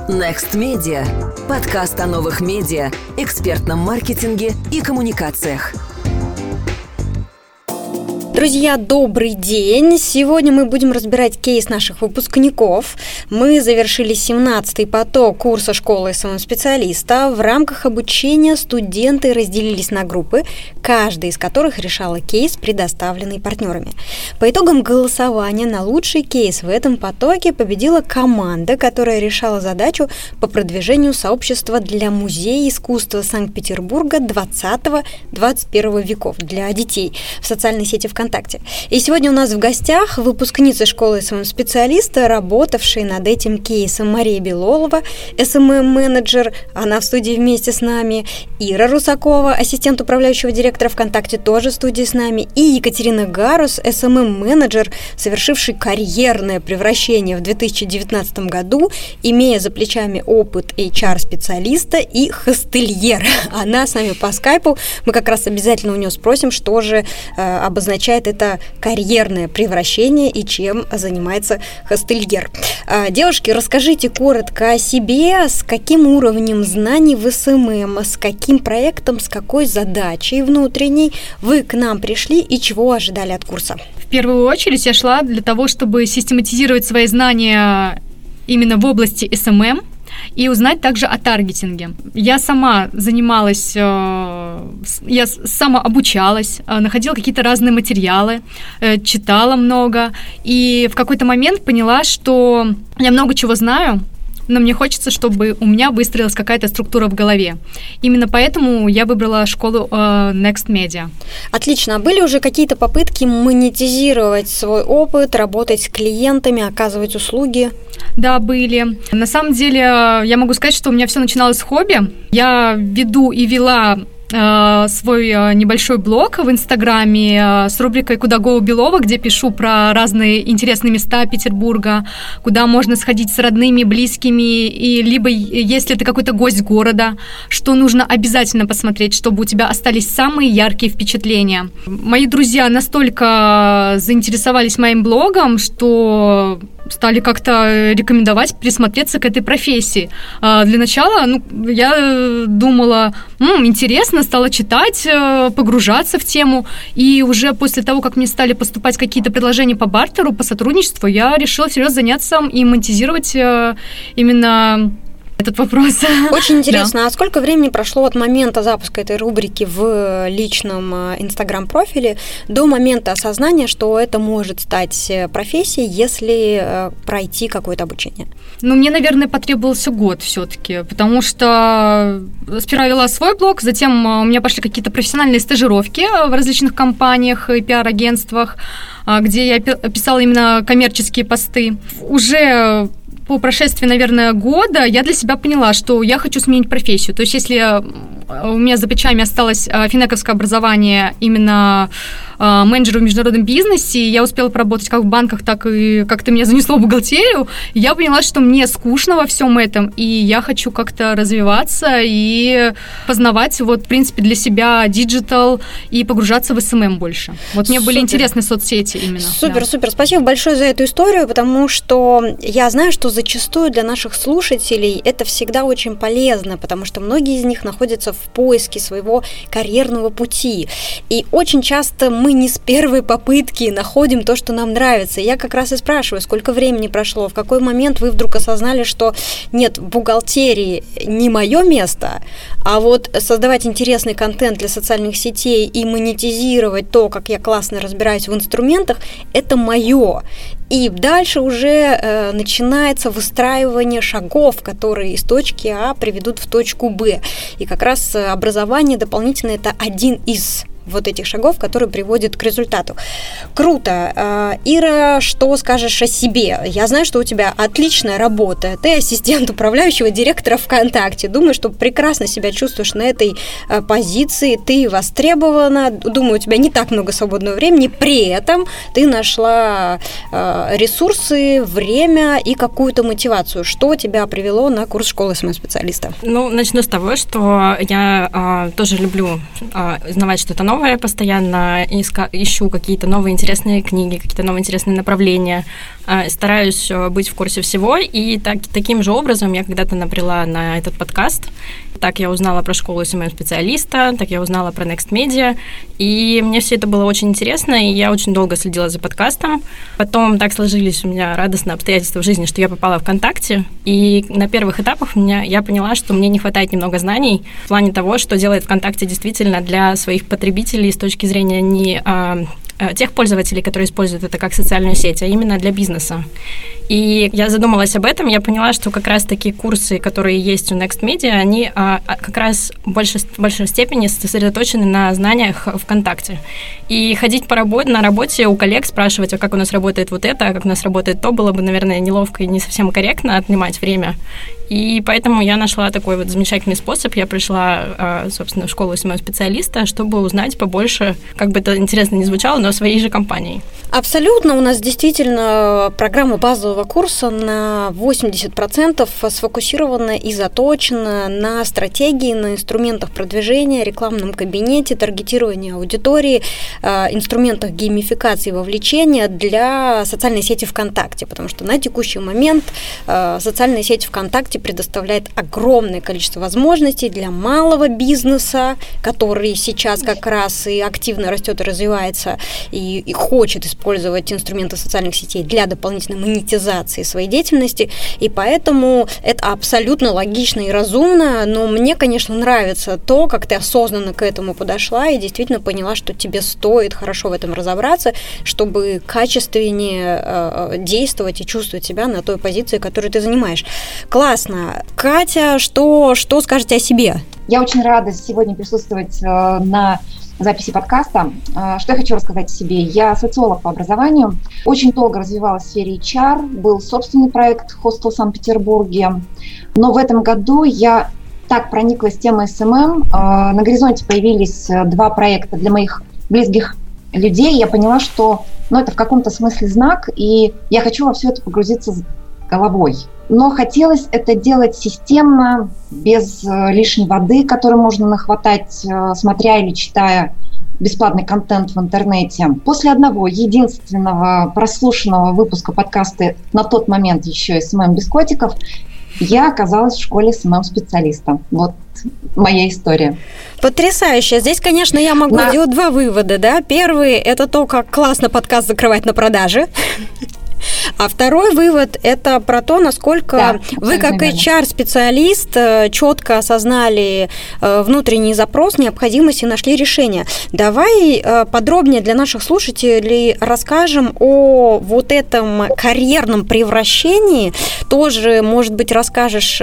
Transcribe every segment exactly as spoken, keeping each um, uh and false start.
Next Media. Подкаст о новых медиа, экспертном маркетинге и коммуникациях. Друзья, добрый день! Сегодня мы будем разбирать кейс наших выпускников. Мы завершили семнадцатый поток курса школы эс эм эм-специалиста. В рамках обучения студенты разделились на группы, каждая из которых решала кейс, предоставленный партнерами. По итогам голосования на лучший кейс в этом потоке победила команда, которая решала задачу по продвижению сообщества для Музея искусства Санкт-Петербурга двадцатого-двадцать первого веков для детей в социальной сети ВКонтакте. И сегодня у нас в гостях выпускница школы эс эм эм-специалиста, работавшая над этим кейсом, Мария Белолова, эс эм эм-менеджер, она в студии вместе с нами, Ира Русакова, ассистент управляющего директора ВКонтакте, тоже в студии с нами, и Екатерина Гарус, эс эм эм-менеджер, совершивший карьерное превращение в две тысячи девятнадцатом году, имея за плечами опыт эйч ар-специалиста и хостельер. Она с нами по скайпу, мы как раз обязательно у нее спросим, что же э, обозначает это карьерное превращение и чем занимается хостельер. Девушки, расскажите коротко о себе, с каким уровнем знаний в эс эм эм, с каким проектом, с какой задачей внутренней вы к нам пришли и чего ожидали от курса? В первую очередь я шла для того, чтобы систематизировать свои знания именно в области эс эм эм, и узнать также о таргетинге. Я сама занималась, я самообучалась, находила какие-то разные материалы, читала много, и в какой-то момент поняла, что я много чего знаю, но мне хочется, чтобы у меня выстроилась какая-то структура в голове. Именно поэтому я выбрала школу э, Next Media. Отлично. А были уже какие-то попытки монетизировать свой опыт, работать с клиентами, оказывать услуги? Да, были. На самом деле, я могу сказать, что у меня все начиналось с хобби. Я веду и вела свой небольшой блог в Инстаграме с рубрикой «Куда Go Белова», где пишу про разные интересные места Петербурга, куда можно сходить с родными, близкими, и либо если ты какой-то гость города, что нужно обязательно посмотреть, чтобы у тебя остались самые яркие впечатления. Мои друзья настолько заинтересовались моим блогом, что стали как-то рекомендовать присмотреться к этой профессии. Для начала ну, я думала, М, интересно, стала читать, погружаться в тему, и уже после того, как мне стали поступать какие-то предложения по бартеру, по сотрудничеству, я решила всерьез заняться и монетизировать именно этот вопрос. Очень интересно. Да. А сколько времени прошло от момента запуска этой рубрики в личном Инстаграм-профиле до момента осознания, что это может стать профессией, если пройти какое-то обучение? Ну, мне, наверное, потребовался год все-таки, потому что сперва вела свой блог, затем у меня пошли какие-то профессиональные стажировки в различных компаниях и пиар-агентствах, где я писала именно коммерческие посты. Уже по прошествии, наверное, года я для себя поняла, что я хочу сменить профессию. То есть если у меня за плечами осталось финековское образование именно менеджера в международном бизнесе, я успела поработать как в банках, так и как-то меня занесло в бухгалтерию, я поняла, что мне скучно во всем этом, и я хочу как-то развиваться и познавать, вот, в принципе, для себя диджитал и погружаться в эс эм эм больше. Вот мне Супер. были интересны соцсети именно. Супер, да. супер. Спасибо большое за эту историю, потому что я знаю, что зачастую для наших слушателей это всегда очень полезно, потому что многие из них находятся в поиске своего карьерного пути. И очень часто мы не с первой попытки находим то, что нам нравится. И я как раз и спрашиваю, сколько времени прошло, в какой момент вы вдруг осознали, что нет, в бухгалтерии не мое место, а вот создавать интересный контент для социальных сетей и монетизировать то, как я классно разбираюсь в инструментах, это мое. И дальше уже э, начинается выстраивание шагов, которые из точки А приведут в точку Б. И как раз образование дополнительно это один из вот этих шагов, которые приводят к результату. Круто. Ира, что скажешь о себе? Я знаю, что у тебя отличная работа. Ты ассистент управляющего директора ВКонтакте. Думаю, что прекрасно себя чувствуешь на этой позиции. Ты востребована. Думаю, у тебя не так много свободного времени. При этом ты нашла ресурсы, время и какую-то мотивацию. Что тебя привело на курс школы эс эм эм-специалиста? Ну, начну с того, что я а, тоже люблю а, узнавать что-то новое. Постоянно иска- ищу какие-то новые интересные книги, какие-то новые интересные направления. стараюсь быть в курсе всего, и так, таким же образом я когда-то набрела на этот подкаст. Так я узнала про школу эс эм эм-специалиста, так я узнала про Next Media, и мне все это было очень интересно, и я очень долго следила за подкастом. Потом так сложились у меня радостные обстоятельства в жизни, что я попала в ВКонтакте, и на первых этапах у меня, я поняла, что мне не хватает немного знаний в плане того, что делает ВКонтакте действительно для своих потребителей с точки зрения не а, тех пользователей, которые используют это как социальную сеть, а именно для бизнеса. И я задумалась об этом, я поняла, что как раз такие курсы, которые есть у Next Media, они а, как раз в большей, в большей степени сосредоточены на знаниях ВКонтакте. И ходить по работе, на работе у коллег, спрашивать, а как у нас работает вот это, а как у нас работает то, было бы, наверное, неловко и не совсем корректно отнимать время. И поэтому я нашла такой вот замечательный способ. Я пришла, собственно, в школу эс эм эм-специалиста, чтобы узнать побольше, как бы это интересно ни звучало, но о своей же компании. Абсолютно. У нас действительно программа базового курса на восемьдесят процентов сфокусирована и заточена на стратегии, на инструментах продвижения, рекламном кабинете, таргетирования аудитории, инструментах геймификации вовлечения для социальной сети ВКонтакте, потому что на текущий момент социальная сеть ВКонтакте предоставляет огромное количество возможностей для малого бизнеса, который сейчас как раз и активно растет и развивается, и, и хочет использовать инструменты социальных сетей для дополнительной монетизации своей деятельности, и поэтому это абсолютно логично и разумно, но мне, конечно, нравится то, как ты осознанно к этому подошла и действительно поняла, что тебе стоит хорошо в этом разобраться, чтобы качественнее э, действовать и чувствовать себя на той позиции, которую ты занимаешь. Классно. Катя, что, что скажете о себе? Я очень рада сегодня присутствовать э, на записи подкаста. Э, что я хочу рассказать о себе? Я социолог по образованию, очень долго развивалась в сфере эйч ар, был собственный проект «Хостел» в Санкт-Петербурге, но в этом году я так прониклась темой эс эм эм. Э, на горизонте появились два проекта для моих близких людей. Я поняла, что ну, это в каком-то смысле знак, и я хочу во все это погрузиться с головой. Но хотелось это делать системно, без э, лишней воды, которую можно нахватать, э, смотря или читая бесплатный контент в интернете. После одного единственного прослушанного выпуска подкаста на тот момент еще эс эм эм без котиков, я оказалась в школе эс эм эм-специалиста. Вот моя история. Потрясающе. Здесь, конечно, я могу на... сделать два вывода. Да? Первый – это то, как классно подкаст закрывать на продаже. А второй вывод – это про то, насколько да, вы, как эйч ар-специалист, четко осознали внутренний запрос, необходимость и нашли решение. Давай подробнее для наших слушателей расскажем о вот этом карьерном превращении. Тоже, может быть, расскажешь,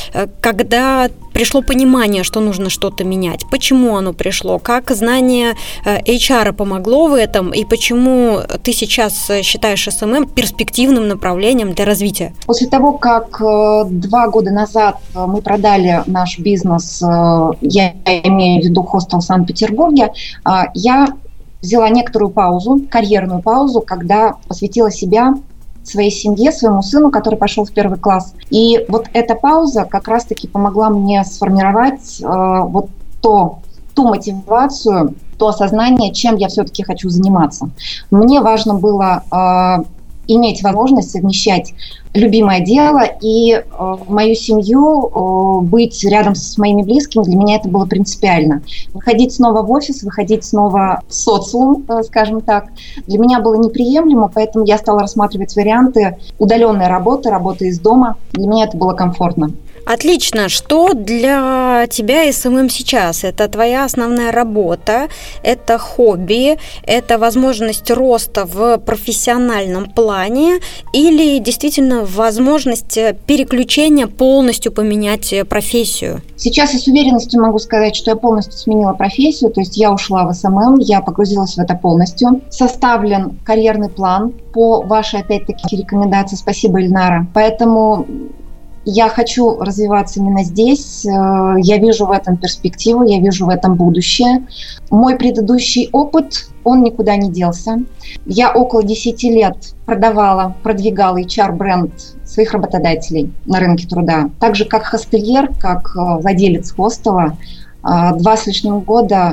когда пришло понимание, что нужно что-то менять, почему оно пришло, как знание эйч ар помогло в этом, и почему ты сейчас считаешь эс эм эм перспективным направлением для развития? После того, как два года назад мы продали наш бизнес, я имею в виду хостел в Санкт-Петербурге, я взяла некоторую паузу, карьерную паузу, когда посвятила себя своей семье, своему сыну, который пошел в первый класс. И вот эта пауза как раз-таки помогла мне сформировать э, вот то, ту мотивацию, то осознание, чем я все-таки хочу заниматься. Мне важно было э, иметь возможность совмещать любимое дело и э, мою семью, э, быть рядом с моими близкими, для меня это было принципиально. Выходить снова в офис, выходить снова в социум, э, скажем так, для меня было неприемлемо, поэтому я стала рассматривать варианты удаленной работы, работы из дома. Для меня это было комфортно. Отлично. Что для тебя эс эм эм сейчас? Это твоя основная работа, это хобби, это возможность роста в профессиональном плане или действительно возможность переключения, полностью поменять профессию? Сейчас я с уверенностью могу сказать, что я полностью сменила профессию, то есть я ушла в эс эм эм, я погрузилась в это полностью. Составлен карьерный план по вашей, опять-таки, рекомендации. Спасибо, Ильнара. Поэтому я хочу развиваться именно здесь, я вижу в этом перспективу, я вижу в этом будущее. Мой предыдущий опыт, он никуда не делся. Я около десяти лет продавала, продвигала эйч ар-бренд своих работодателей на рынке труда. Так же, как хостельер, как владелец хостела, два с лишним года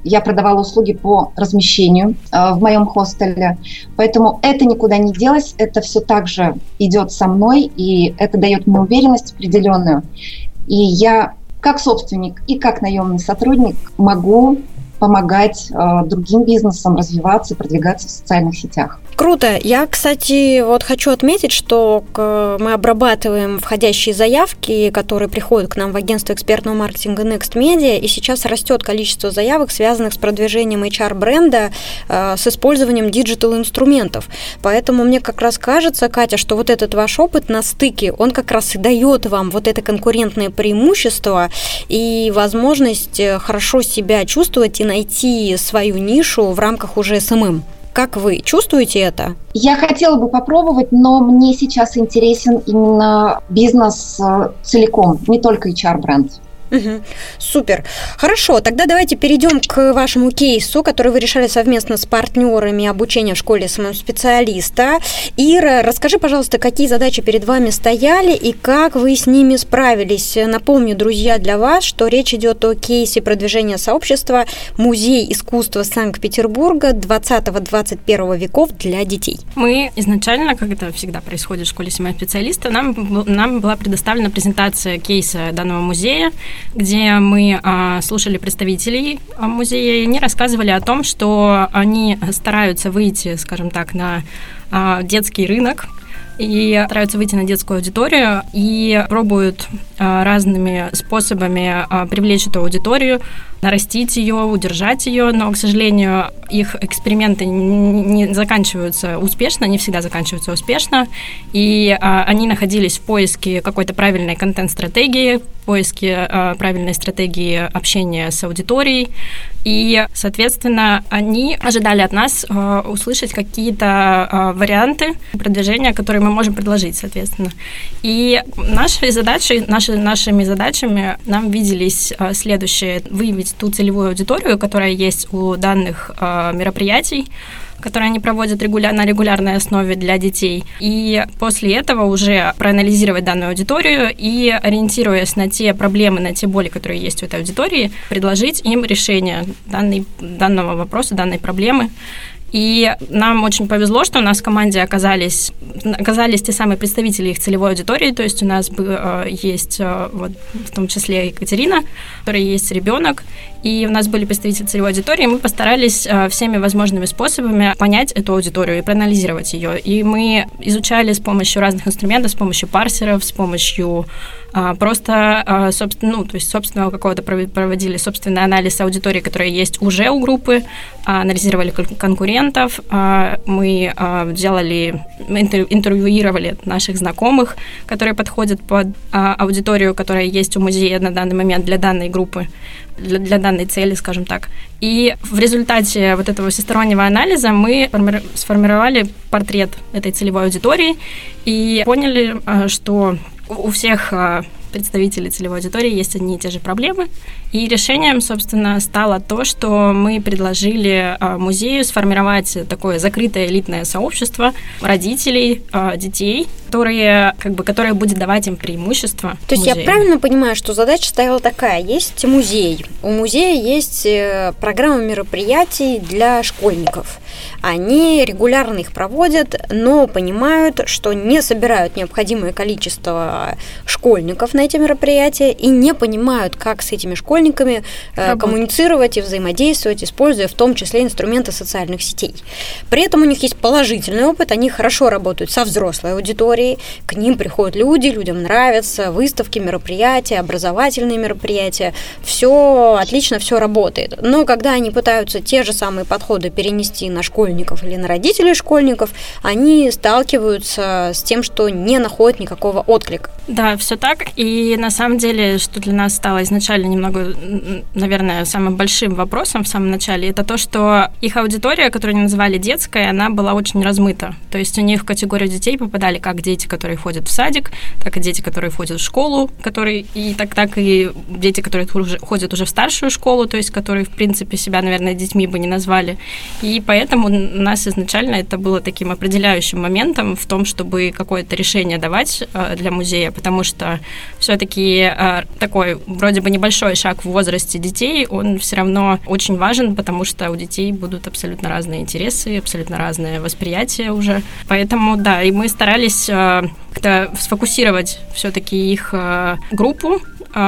я продавала услуги по размещению э, в моем хостеле. Поэтому это никуда не делось, это все так же идет со мной, и это дает мне уверенность определенную. И я как собственник и как наемный сотрудник могу помогать э, другим бизнесам развиваться и продвигаться в социальных сетях. Круто. Я, кстати, вот хочу отметить, что мы обрабатываем входящие заявки, которые приходят к нам в агентство экспертного маркетинга Next Media, и сейчас растет количество заявок, связанных с продвижением эйч ар-бренда э, с использованием диджитал-инструментов. Поэтому мне как раз кажется, Катя, что вот этот ваш опыт на стыке, он как раз и дает вам вот это конкурентное преимущество и возможность хорошо себя чувствовать и найти свою нишу в рамках уже эс эм эм. Как вы чувствуете это? Я хотела бы попробовать, но мне сейчас интересен именно бизнес целиком, не только эйч ар-бренд. Угу. Супер. Хорошо, тогда давайте перейдем к вашему кейсу, который вы решали совместно с партнерами обучения в школе эс эм эм-специалиста. Ира, расскажи, пожалуйста, какие задачи перед вами стояли и как вы с ними справились. Напомню, друзья, для вас, что речь идет о кейсе продвижения сообщества «Музей искусства Санкт-Петербурга двадцатого-двадцать первого веков для детей». Мы изначально, как это всегда происходит в школе эс эм эм-специалиста, нам, нам была предоставлена презентация кейса данного музея, где мы а, слушали представителей музея, и они рассказывали о том, что они стараются выйти, скажем так, на а, детский рынок, и стараются выйти на детскую аудиторию и пробуют а, разными способами а, привлечь эту аудиторию, нарастить ее, удержать ее, но, к сожалению, их эксперименты не заканчиваются успешно, не всегда заканчиваются успешно, и а, они находились в поиске какой-то правильной контент-стратегии, в поиске а, правильной стратегии общения с аудиторией, и, соответственно, они ожидали от нас а, услышать какие-то а, варианты продвижения, которые мы можем предложить, соответственно. И наши задачи, наши, нашими задачами нам виделись а, следующие: выявить ту целевую аудиторию, которая есть у данных э, мероприятий, которые они проводят регуляр, на регулярной основе для детей. И после этого уже проанализировать данную аудиторию и, ориентируясь на те проблемы, на те боли, которые есть у этой аудитории, предложить им решение данной, данного вопроса, данной проблемы. И нам очень повезло, что у нас в команде оказались, оказались те самые представители их целевой аудитории, то есть у нас э, есть э, вот, в том числе Екатерина, у которой есть ребенок, и у нас были представители целевой аудитории, и мы постарались э, всеми возможными способами понять эту аудиторию и проанализировать ее. И мы изучали с помощью разных инструментов, с помощью парсеров, с помощью э, просто, э, собственно, ну, то есть собственного какого-то проводили собственный анализ аудитории, которая есть уже у группы, анализировали конкурентов, мы делали, интервьюировали наших знакомых, которые подходят под аудиторию, которая есть у музея на данный момент для данной группы, для, для данной цели, скажем так. И в результате вот этого всестороннего анализа мы сформировали портрет этой целевой аудитории и поняли, что у всех представителей целевой аудитории есть одни и те же проблемы. И решением, собственно, стало то, что мы предложили музею сформировать такое закрытое элитное сообщество родителей, детей, которые, как бы, которое будет давать им преимущество. То есть я правильно понимаю, что задача стояла такая: есть музей, у музея есть программа мероприятий для школьников. Они регулярно их проводят, но понимают, что не собирают необходимое количество школьников на эти мероприятия и не понимают, как с этими школьниками э, коммуницировать и взаимодействовать, используя в том числе инструменты социальных сетей. При этом у них есть положительный опыт, они хорошо работают со взрослой аудиторией, к ним приходят люди, людям нравятся выставки, мероприятия, образовательные мероприятия, все отлично, все работает. Но когда они пытаются те же самые подходы перенести на школьников или на родителей школьников, они сталкиваются с тем, что не находят никакого отклика. Да, все так. И на самом деле, что для нас стало изначально немного, наверное, самым большим вопросом в самом начале, это то, что их аудитория, которую они называли детской, она была очень размыта. То есть у них в категорию детей попадали как дети, которые ходят в садик, так и дети, которые ходят в школу, которые, и так, так и дети, которые уже, ходят уже в старшую школу, то есть которые, в принципе, себя, наверное, детьми бы не назвали. И поэтому поэтому у нас изначально это было таким определяющим моментом в том, чтобы какое-то решение давать для музея, потому что все-таки такой вроде бы небольшой шаг в возрасте детей, он все равно очень важен, потому что у детей будут абсолютно разные интересы, абсолютно разное восприятие уже. Поэтому, да, и мы старались как-то сфокусировать все-таки их группу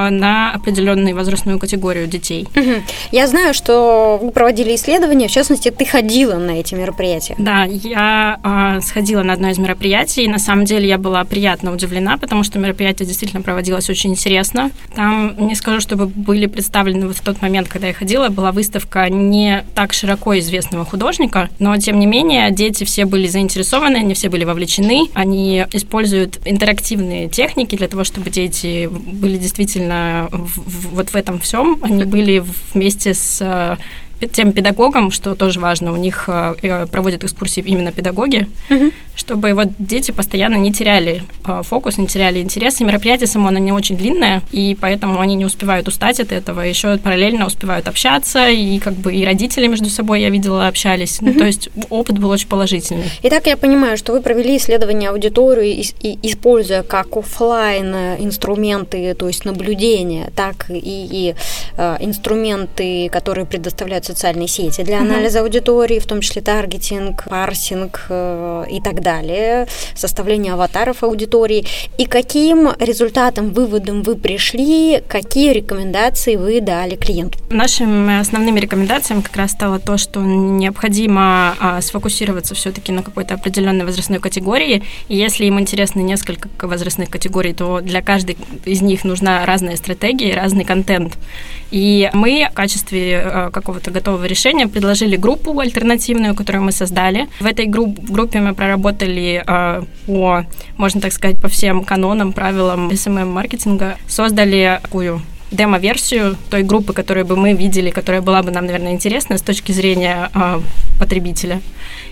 на определенную возрастную категорию детей. Угу. Я знаю, что вы проводили исследования, в частности, ты ходила на эти мероприятия. Да, я э, сходила на одно из мероприятий, и на самом деле я была приятно удивлена, потому что мероприятие действительно проводилось очень интересно. Там, не скажу, чтобы были представлены вот в тот момент, когда я ходила, была выставка не так широко известного художника, но, тем не менее, дети все были заинтересованы, они все были вовлечены, они используют интерактивные техники для того, чтобы дети были действительно В, в, вот в этом всем. Они были вместе с тем педагогом, что тоже важно, у них проводят экскурсии именно педагоги, угу. чтобы вот дети постоянно не теряли фокус, не теряли интерес. И мероприятие само, оно не очень длинное, и поэтому они не успевают устать от этого, еще параллельно успевают общаться, и как бы и родители между собой, я видела, общались. Угу. Ну, то есть опыт был очень положительный. Итак, я понимаю, что вы провели исследование аудитории, и, и, используя как офлайн инструменты, то есть наблюдения, так и, и э, инструменты, которые предоставляют социальные сети для анализа uh-huh. аудитории, в том числе таргетинг, парсинг э, и так далее, составление аватаров аудитории. И каким результатам, выводам вы пришли, какие рекомендации вы дали клиенту? Нашими основными рекомендациями как раз стало то, что необходимо а, сфокусироваться все-таки на какой-то определенной возрастной категории, и если им интересны несколько возрастных категорий, то для каждой из них нужна разная стратегия, разный контент. И мы в качестве а, какого-то готового решения предложили группу альтернативную, которую мы создали. В этой групп, группе мы проработали э, по, можно так сказать, по всем канонам, правилам эс эм эм-маркетинга, создали такую демо-версию той группы, которую бы мы видели, которая была бы нам, наверное, интересна с точки зрения э, потребителя.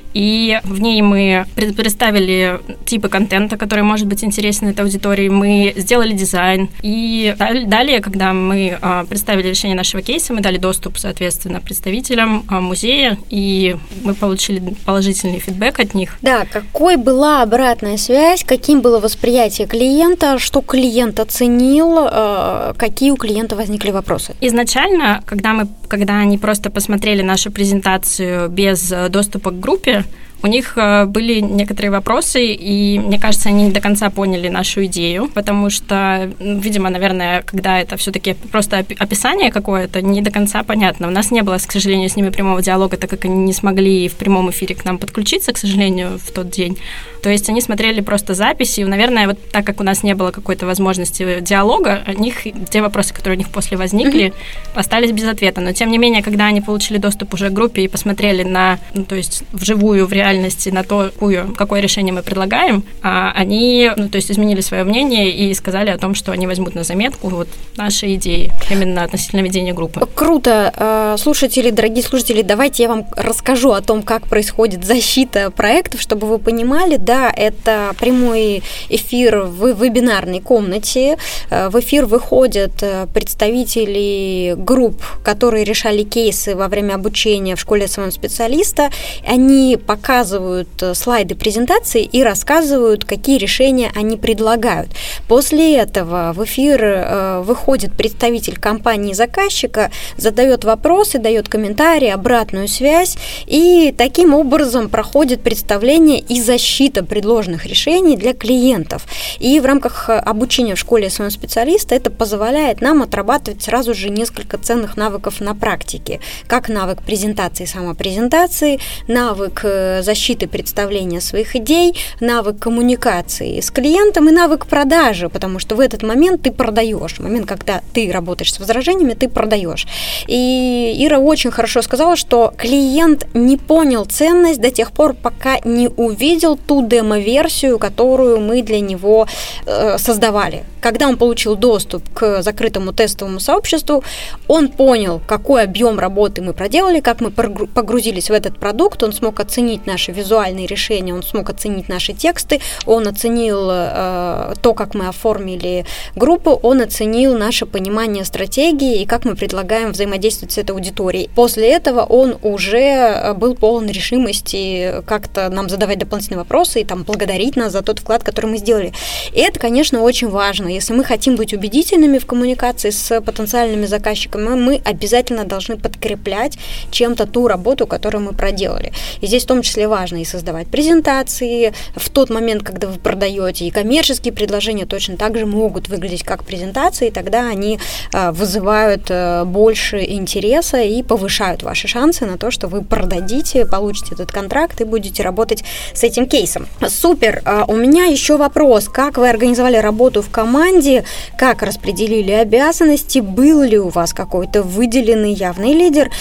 И в ней мы представили типы контента, который может быть интересен этой аудитории. Мы сделали дизайн. И далее, когда мы представили решение нашего кейса, мы дали доступ, соответственно, представителям музея, и мы получили положительный фидбэк от них. Да, какой была обратная связь, каким было восприятие клиента, что клиент оценил, какие у клиента возникли вопросы? Изначально, когда, мы, когда они просто посмотрели нашу презентацию без доступа к группе, у них были некоторые вопросы, и, мне кажется, они не до конца поняли нашу идею, потому что, видимо, наверное, когда это все-таки просто описание какое-то, не до конца понятно. У нас не было, к сожалению, с ними прямого диалога, так как они не смогли в прямом эфире к нам подключиться, к сожалению, в тот день. То есть они смотрели просто записи, и, наверное, вот так как у нас не было какой-то возможности диалога, у них, те вопросы, которые у них после возникли, mm-hmm. остались без ответа. Но, тем не менее, когда они получили доступ уже к группе и посмотрели на, ну, то есть вживую, в реальности, на то, какую, какое решение мы предлагаем, они, ну, то есть изменили свое мнение и сказали о том, что они возьмут на заметку вот наши идеи именно относительно ведения группы. Круто. Слушатели, дорогие слушатели, давайте я вам расскажу о том, как происходит защита проектов, чтобы вы понимали. Да, это прямой эфир в вебинарной комнате. В эфир выходят представители групп, которые решали кейсы во время обучения в школе эс эм эм-специалиста. Они показывают слайды презентации и рассказывают, какие решения они предлагают. После этого в эфир э, выходит представитель компании-заказчика, задает вопросы, дает комментарии, обратную связь, и таким образом проходит представление и защита предложенных решений для клиентов. И в рамках обучения в школе эс эм эм-специалиста это позволяет нам отрабатывать сразу же несколько ценных навыков на практике, как навык презентации, самопрезентации, навык защиты представления своих идей, навык коммуникации с клиентом и навык продажи, потому что в этот момент ты продаешь. В момент, когда ты работаешь с возражениями, ты продаешь. И Ира очень хорошо сказала, что клиент не понял ценность до тех пор, пока не увидел ту демо-версию, которую мы для него э, создавали. Когда он получил доступ к закрытому тестовому сообществу, он понял, какой объем работы мы проделали, как мы погрузились в этот продукт, он смог оценить наши визуальные решения, он смог оценить наши тексты, он оценил э, то, как мы оформили группу, он оценил наше понимание стратегии и как мы предлагаем взаимодействовать с этой аудиторией. После этого он уже был полон решимости как-то нам задавать дополнительные вопросы и там благодарить нас за тот вклад, который мы сделали. И это, конечно, очень важно. Если мы хотим быть убедительными в коммуникации с потенциальными заказчиками, мы обязательно должны подкреплять чем-то ту работу, которую мы проделали. И здесь в том числе важно и создавать презентации в тот момент, когда вы продаете, и коммерческие предложения точно так же могут выглядеть как презентации, и тогда они вызывают больше интереса и повышают ваши шансы на то, что вы продадите, получите этот контракт и будете работать с этим кейсом. Супер! У меня еще вопрос. Как вы организовали работу в команде? Как распределили обязанности? Был ли у вас какой-то выделенный явный лидер?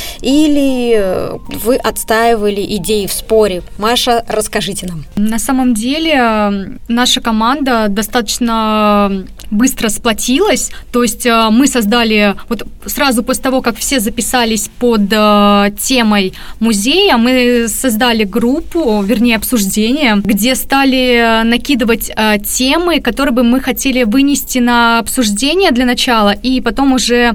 Или вы отстаивали идеи в споре? Маша, расскажите нам. На самом деле наша команда достаточно быстро сплотилась, то есть мы создали, вот сразу после того, как все записались под э, темой музея, мы создали группу, вернее обсуждение, где стали накидывать э, темы, которые бы мы хотели вынести на обсуждение для начала, и потом уже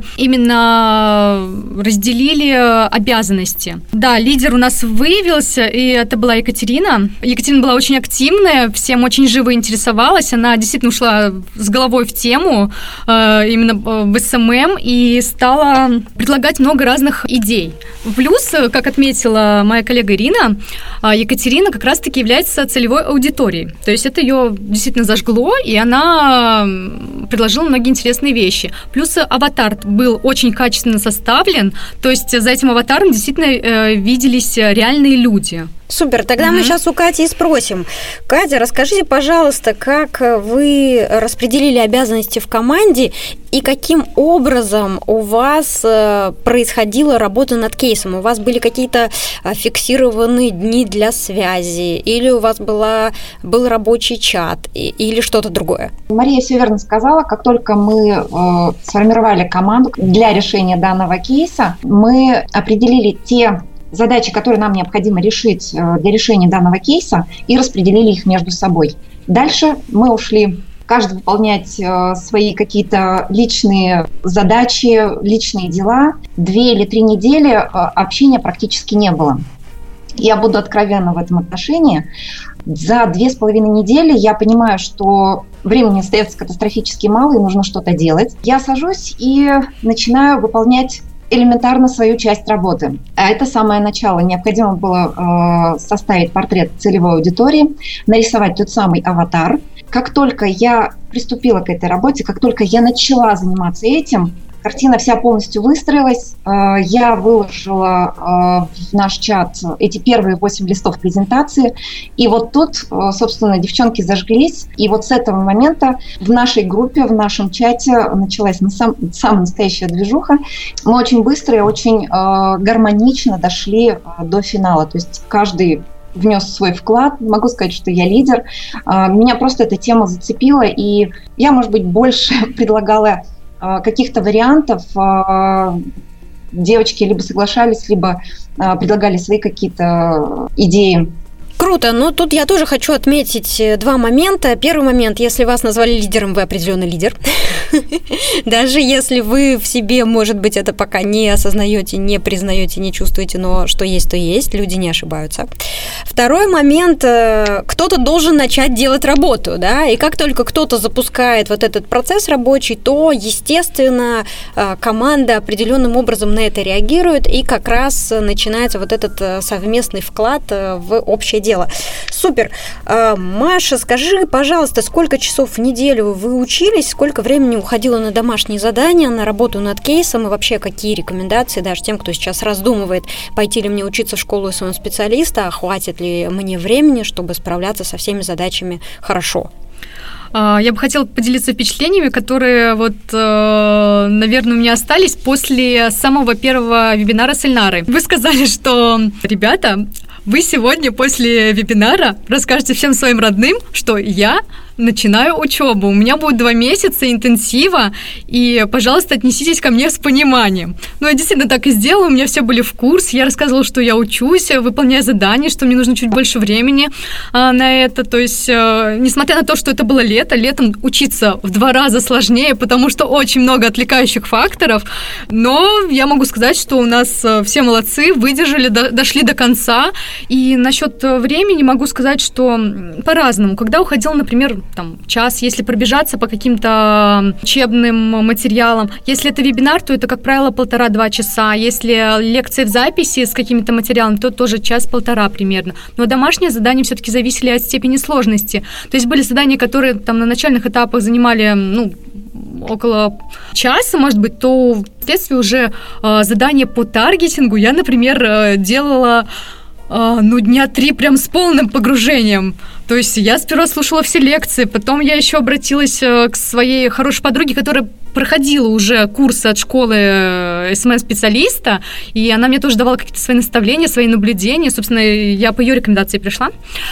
именно разделили обязанности. Да, лидер у нас выявился, и это была Екатерина. Екатерина была очень активная, всем очень живо интересовалась, она действительно ушла с головой в тему, э, именно в эс эм эм, и стала предлагать много разных идей. Плюс, как отметила моя коллега Ирина, Екатерина как раз-таки является целевой аудиторией. То есть это ее действительно зажгло, и она предложила многие интересные вещи. Плюс аватар был очень качественно составлен, то есть за этим аватаром действительно э, виделись реальные люди. Супер, тогда mm-hmm. мы сейчас у Кати и спросим. Катя, расскажите, пожалуйста, как вы распределили обязанности в команде и каким образом у вас происходила работа над кейсом? У вас были какие-то фиксированные дни для связи, или у вас была, был рабочий чат, или что-то другое? Мария все верно сказала. Как только мы э, сформировали команду для решения данного кейса, мы определили те задачи, которые нам необходимо решить для решения данного кейса, и распределили их между собой. Дальше мы ушли каждый выполнять свои какие-то личные задачи, личные дела. Две или три недели общения практически не было. Я буду откровенна в этом отношении. За две с половиной недели я понимаю, что времени остается катастрофически мало, и нужно что-то делать. Я сажусь и начинаю выполнять элементарно свою часть работы. А это самое начало. Необходимо было э, составить портрет целевой аудитории, нарисовать тот самый аватар. Как только я приступила к этой работе, как только я начала заниматься этим, картина вся полностью выстроилась. Я выложила в наш чат эти первые восемь листов презентации. И вот тут, собственно, девчонки зажглись. И вот с этого момента в нашей группе, в нашем чате началась сам, самая настоящая движуха. Мы очень быстро и очень гармонично дошли до финала. То есть каждый внес свой вклад. Могу сказать, что я лидер. Меня просто эта тема зацепила. И я, может быть, больше предлагала каких-то вариантов. Девочки либо соглашались, либо предлагали свои какие-то идеи. Круто, но тут я тоже хочу отметить два момента. Первый момент, если вас назвали лидером, вы определенный лидер. Даже если вы в себе, может быть, это пока не осознаете, не признаете, не чувствуете, но что есть, то есть, люди не ошибаются. Второй момент, кто-то должен начать делать работу, да, и как только кто-то запускает вот этот процесс рабочий, то, естественно, команда определенным образом на это реагирует, и как раз начинается вот этот совместный вклад в общее дело. Супер. Маша, скажи, пожалуйста, сколько часов в неделю вы учились, сколько времени уходило на домашние задания, на работу над кейсом, и вообще какие рекомендации даже тем, кто сейчас раздумывает, пойти ли мне учиться в школу эс эм эм-специалиста, а хватит ли мне времени, чтобы справляться со всеми задачами хорошо? Я бы хотела поделиться впечатлениями, которые, вот, наверное, у меня остались после самого первого вебинара с Эльнарой. Вы сказали, что, ребята, вы сегодня после вебинара расскажете всем своим родным, что я начинаю учебу. У меня будет два месяца интенсива, и, пожалуйста, отнеситесь ко мне с пониманием. Ну, я действительно так и сделала, у меня все были в курсе, я рассказывала, что я учусь, выполняю задания, что мне нужно чуть больше времени а, на это. То есть, а, несмотря на то, что это было лето, летом учиться в два раза сложнее, потому что очень много отвлекающих факторов, но я могу сказать, что у нас все молодцы, выдержали, до, дошли до конца. И насчет времени могу сказать, что по-разному. Когда уходила, например, там, час, если пробежаться по каким-то учебным материалам. Если это вебинар, то это, как правило, полтора-два часа. Если лекции в записи с какими-то материалами, то тоже час-полтора примерно. Но домашние задания все-таки зависели от степени сложности. То есть были задания, которые там на начальных этапах занимали, ну, около часа, может быть, то впоследствии уже э, задания по таргетингу я, например, э, делала э, ну, дня три прям с полным погружением. То есть я сперва слушала все лекции, потом я еще обратилась к своей хорошей подруге, которая проходила уже курсы от школы эс эм эм-специалиста, и она мне тоже давала какие-то свои наставления, свои наблюдения. Собственно, я по ее рекомендации пришла.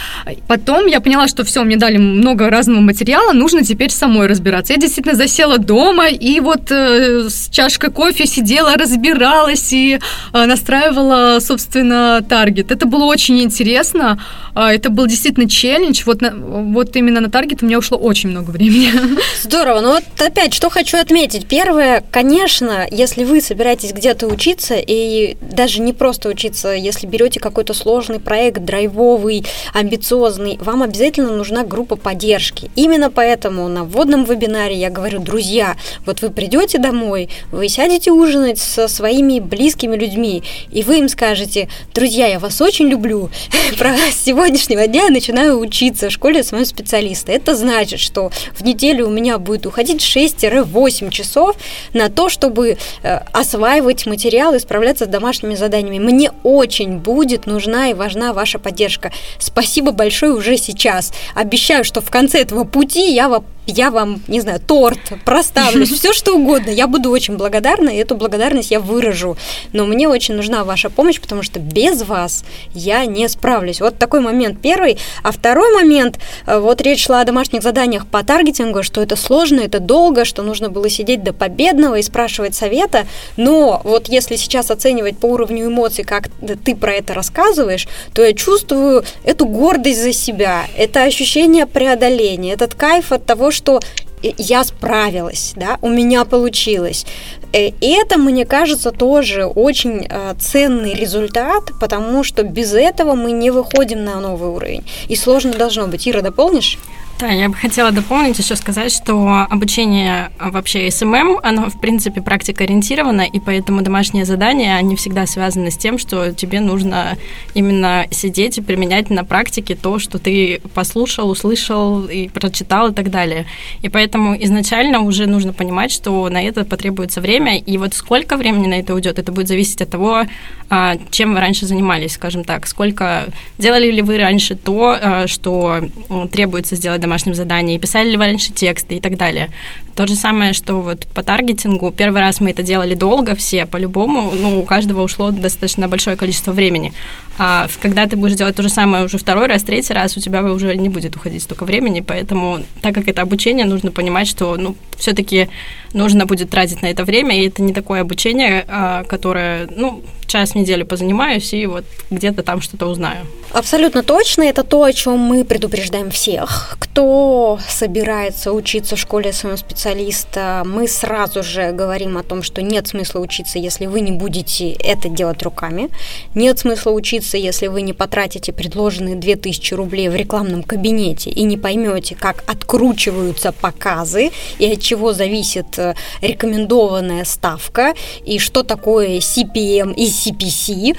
Потом я поняла, что все, мне дали много разного материала, нужно теперь самой разбираться. Я действительно засела дома, и вот э, с чашкой кофе сидела, разбиралась и э, настраивала, собственно, таргет. Это было очень интересно, э, это был действительно челлендж. Вот, на, вот именно на таргет у меня ушло очень много времени. Здорово. Ну вот опять, что хочу отметить. Отметить. Первое, конечно, если вы собираетесь где-то учиться, и даже не просто учиться, если берете какой-то сложный проект, драйвовый, амбициозный, вам обязательно нужна группа поддержки. Именно поэтому на вводном вебинаре я говорю: друзья, вот вы придете домой, вы сядете ужинать со своими близкими людьми, и вы им скажете: друзья, я вас очень люблю, про сегодняшнего дня я начинаю учиться в школе своего специалиста. Это значит, что в неделю у меня будет уходить шесть-восемь часов на то, чтобы э, осваивать материалы и справляться с домашними заданиями. Мне очень будет нужна и важна ваша поддержка. Спасибо большое уже сейчас. Обещаю, что в конце этого пути я вам я вам, не знаю, торт проставлю, все что угодно. Я буду очень благодарна, и эту благодарность я выражу. Но мне очень нужна ваша помощь, потому что без вас я не справлюсь. Вот такой момент первый. А второй момент, вот речь шла о домашних заданиях по таргетингу, что это сложно, это долго, что нужно было сидеть до победного и спрашивать совета. Но вот если сейчас оценивать по уровню эмоций, как ты про это рассказываешь, то я чувствую эту гордость за себя, это ощущение преодоления, этот кайф от того, что я справилась, да, у меня получилось. И это, мне кажется, тоже очень ценный результат, потому что без этого мы не выходим на новый уровень. И сложно должно быть. Ира, дополнишь? Да, я бы хотела дополнить, еще сказать, что обучение вообще эс эм эм, оно, в принципе, практикоориентировано, и поэтому домашние задания, они всегда связаны с тем, что тебе нужно именно сидеть и применять на практике то, что ты послушал, услышал и прочитал и так далее. И поэтому изначально уже нужно понимать, что на это потребуется время, и вот сколько времени на это уйдет, это будет зависеть от того, чем вы раньше занимались, скажем так, сколько делали ли вы раньше то, что требуется сделать домашним домашнем задании, писали ли вы раньше тексты и так далее. То же самое, что вот по таргетингу. Первый раз мы это делали долго, все по-любому, ну, у каждого ушло достаточно большое количество времени. А когда ты будешь делать то же самое уже второй раз, третий раз, у тебя уже не будет уходить столько времени, поэтому, так как это обучение, нужно понимать, что, ну, все-таки нужно будет тратить на это время, и это не такое обучение, которое, ну, час в неделю позанимаюсь и вот где-то там что-то узнаю. Абсолютно точно. Это то, о чем мы предупреждаем всех, кто собирается учиться в школе своего специалиста. Мы сразу же говорим о том, что нет смысла учиться, если вы не будете это делать руками. Нет смысла учиться, если вы не потратите предложенные две тысячи рублей в рекламном кабинете и не поймете, как откручиваются показы и от чего зависит рекомендованная ставка и что такое си пи эм и си пи си.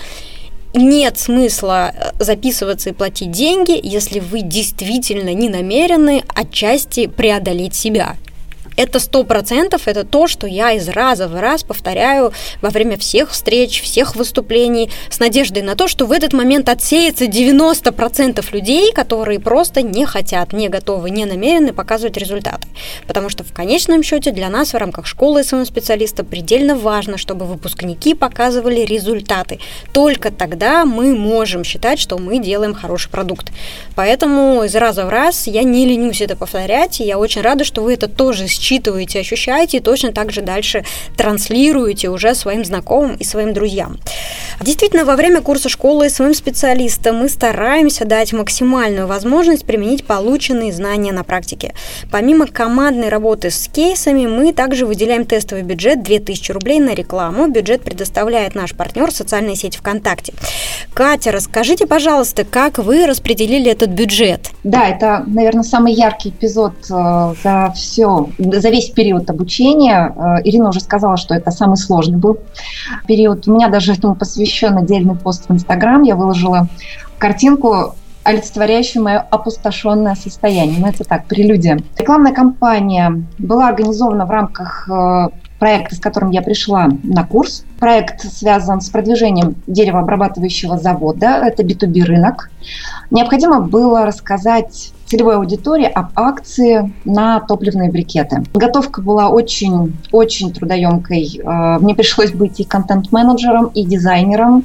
Нет смысла записываться и платить деньги, если вы действительно не намерены отчасти преодолеть себя. Это сто процентов, это то, что я из раза в раз повторяю во время всех встреч, всех выступлений, с надеждой на то, что в этот момент отсеется девяносто процентов людей, которые просто не хотят, не готовы, не намерены показывать результаты. Потому что в конечном счете для нас в рамках школы эс эм эм-специалиста предельно важно, чтобы выпускники показывали результаты. Только тогда мы можем считать, что мы делаем хороший продукт. Поэтому из раза в раз я не ленюсь это повторять, и я очень рада, что вы это тоже считываете, ощущаете и точно так же дальше транслируете уже своим знакомым и своим друзьям. Действительно, во время курса школы эс эм эм-специалиста мы стараемся дать максимальную возможность применить полученные знания на практике. Помимо командной работы с кейсами, мы также выделяем тестовый бюджет две тысячи рублей на рекламу. Бюджет предоставляет наш партнер социальная сеть ВКонтакте. Катя, расскажите, пожалуйста, как вы распределили этот бюджет? Да, это, наверное, самый яркий эпизод э, за все, за весь период обучения. Э, Ирина уже сказала, что это самый сложный был период. У меня даже этому посвящен отдельный пост в Инстаграм. Я выложила картинку, олицетворяющую мое опустошенное состояние. Ну, это так, прелюдия. Рекламная кампания была организована в рамках э, проекта, с которым я пришла на курс. Проект связан с продвижением деревообрабатывающего завода. Это би ту би рынок. Необходимо было рассказать целевой аудитории об акции на топливные брикеты. Подготовка была очень-очень трудоемкой. Мне пришлось быть и контент-менеджером, и дизайнером,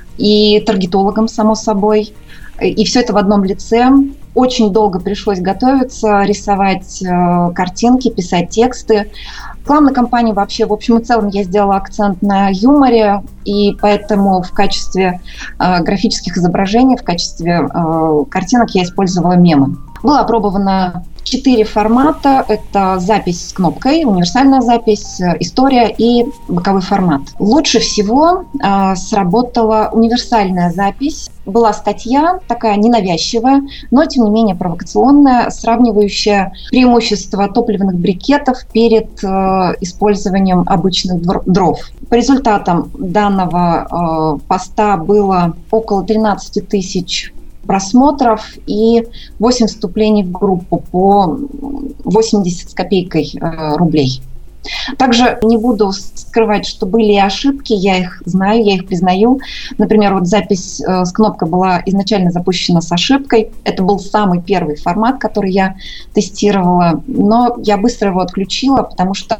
и таргетологом, само собой. И все это в одном лице. Очень долго пришлось готовиться, рисовать э, картинки, писать тексты. В рекламной кампании вообще, в общем и целом, я сделала акцент на юморе, и поэтому в качестве э, графических изображений, в качестве э, картинок я использовала мемы. Было опробовано четыре формата. Это запись с кнопкой, универсальная запись, история и боковой формат. Лучше всего э, сработала универсальная запись. Была статья, такая ненавязчивая, но тем не менее провокационная, сравнивающая преимущества топливных брикетов перед э, использованием обычных дров. По результатам данного э, поста было около тринадцать тысяч просмотров и восемь вступлений в группу по восемьдесят с копейкой э, рублей. Также не буду скрывать, что были и ошибки, я их знаю, я их признаю. Например, вот запись э, с кнопкой была изначально запущена с ошибкой. Это был самый первый формат, который я тестировала, но я быстро его отключила, потому что